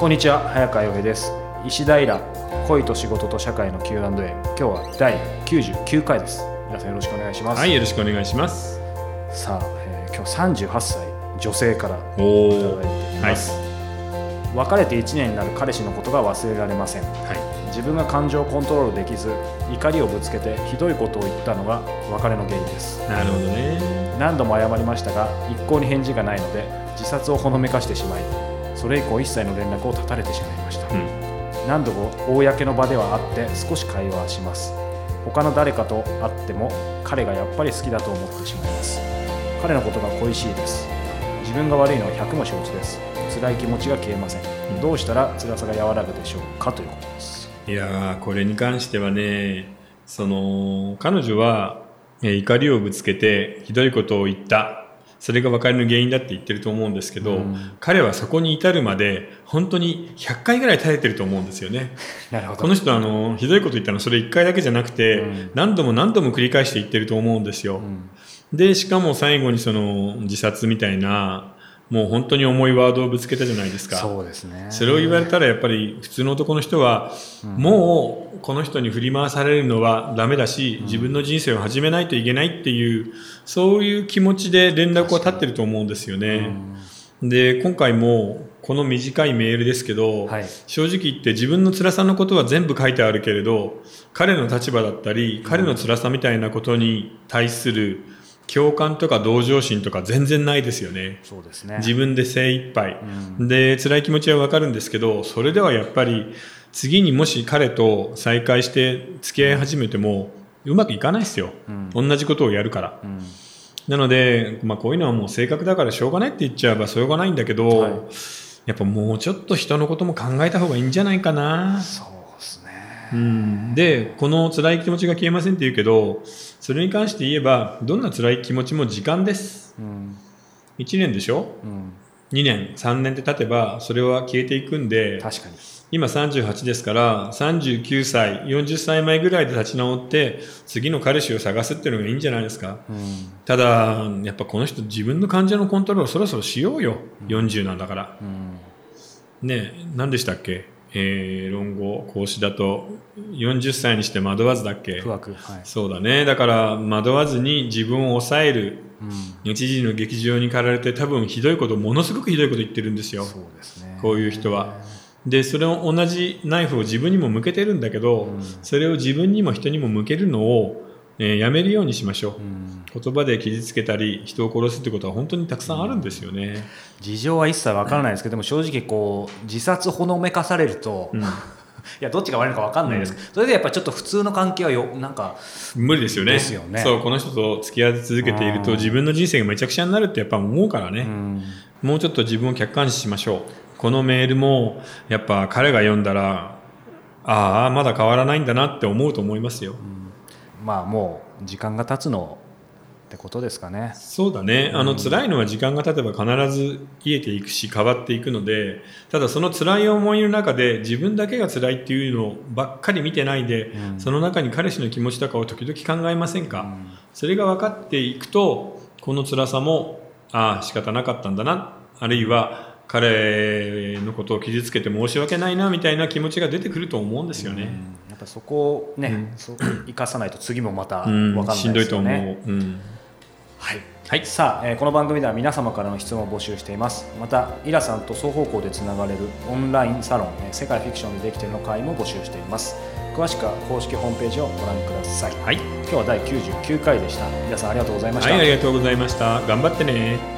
こんにちは、早川洋平です。石平恋と仕事と社会の Q&A、 今日は第99回です。皆さんよろしくお願いします。 はい、よろしくお願いします。 さあ、今日38歳女性からいただいています。別れて1年になる彼氏のことが忘れられません。自分が感情をコントロールできず、怒りをぶつけてひどいことを言ったのが別れの原因です。 なるほどね。 何度も謝りましたが一向に返事がないので自殺をほのめかしてしまい、それ以降一切の連絡を絶たれてしまいました。何度も公の場では会って少し会話はします。他の誰かと会っても彼がやっぱり好きだと思ってしまいます。彼のことが恋しいです。自分が悪いのは100も承知です。辛い気持ちが消えません。どうしたら辛さが和らぐでしょうか、ということです。 いや、これに関してはね、彼女は怒りをぶつけてひどいことを言った、それが別れの原因だって言ってると思うんですけど、彼はそこに至るまで本当に100回ぐらい耐えてると思うんですよね。 なるほど。 この人はひどいこと言ったのそれ1回だけじゃなくて、何度も何度も繰り返して言ってると思うんですよ。でしかも最後に自殺みたいな、もう本当に重いワードをぶつけたじゃないですか。 そうですね。 それを言われたらやっぱり普通の男の人は、もうこの人に振り回されるのはダメだし、自分の人生を始めないといけないっていう、そういう気持ちで連絡は立ってると思うんですよね。で今回もこの短いメールですけど、正直言って自分の辛さのことは全部書いてあるけれど、彼の立場だったり彼の辛さみたいなことに対する共感とか同情心とか全然ないですよね。 そうですね。 自分で精一杯、で辛い気持ちは分かるんですけど、それではやっぱり次にもし彼と再会して付き合い始めてもうまくいかないですよ、同じことをやるから、なので、こういうのはもう性格だからしょうがないって言っちゃえばしょうがないんだけど、やっぱもうちょっと人のことも考えた方がいいんじゃないかな。 そうですね。 でこの辛い気持ちが消えませんって言うけど、それに関して言えばどんな辛い気持ちも時間です。1年でしょ、2年3年って経てばそれは消えていくんで、 確かに今38ですから39歳40歳前ぐらいで立ち直って次の彼氏を探すっていうのがいいんじゃないですか。ただやっぱこの人自分の感情のコントロールをそろそろしようよ、40なんだから、ね。何でしたっけ、論語孔子だと40歳にして惑わずだっけ。そうだね。だから惑わずに自分を抑える、一時の劇場に駆られて多分ひどいこと、ものすごくひどいこと言ってるんですよ。そうですね。こういう人は。でそれを同じナイフを自分にも向けてるんだけど、それを自分にも人にも向けるのを、やめるようにしましょう。言葉で傷つけたり人を殺すってことは本当にたくさんあるんですよね。 事情は一切わからないですけど、でも正直自殺ほのめかされると、いやどっちが悪いのか分かんないですけど、それでやっぱりちょっと普通の関係はなんか無理ですよね。そう、この人と付き合い続けていると自分の人生がめちゃくちゃになるってやっぱ思うからね、もうちょっと自分を客観視しましょう。このメールもやっぱ彼が読んだら、ああまだ変わらないんだなって思うと思いますよ。 もう時間が経つのってことですかね。 そうだね。辛いのは時間が経てば必ず癒えていくし変わっていくので、ただその辛い思いの中で自分だけが辛いっていうのばっかり見てないで、その中に彼氏の気持ちとかを時々考えませんか。それが分かっていくと、この辛さも仕方なかったんだな、あるいは彼のことを傷つけて申し訳ないなみたいな気持ちが出てくると思うんですよね。 やっぱそこをね、生かさないと次もまた分かんないですよね。 しんどいと思う。 さあ、この番組では皆様からの質問を募集しています。またイラさんと双方向でつながれるオンラインサロン、世界フィクションでできているの会も募集しています。詳しくは公式ホームページをご覧ください。今日は第99回でした。皆さんありがとうございました。 ありがとうございました。頑張ってね。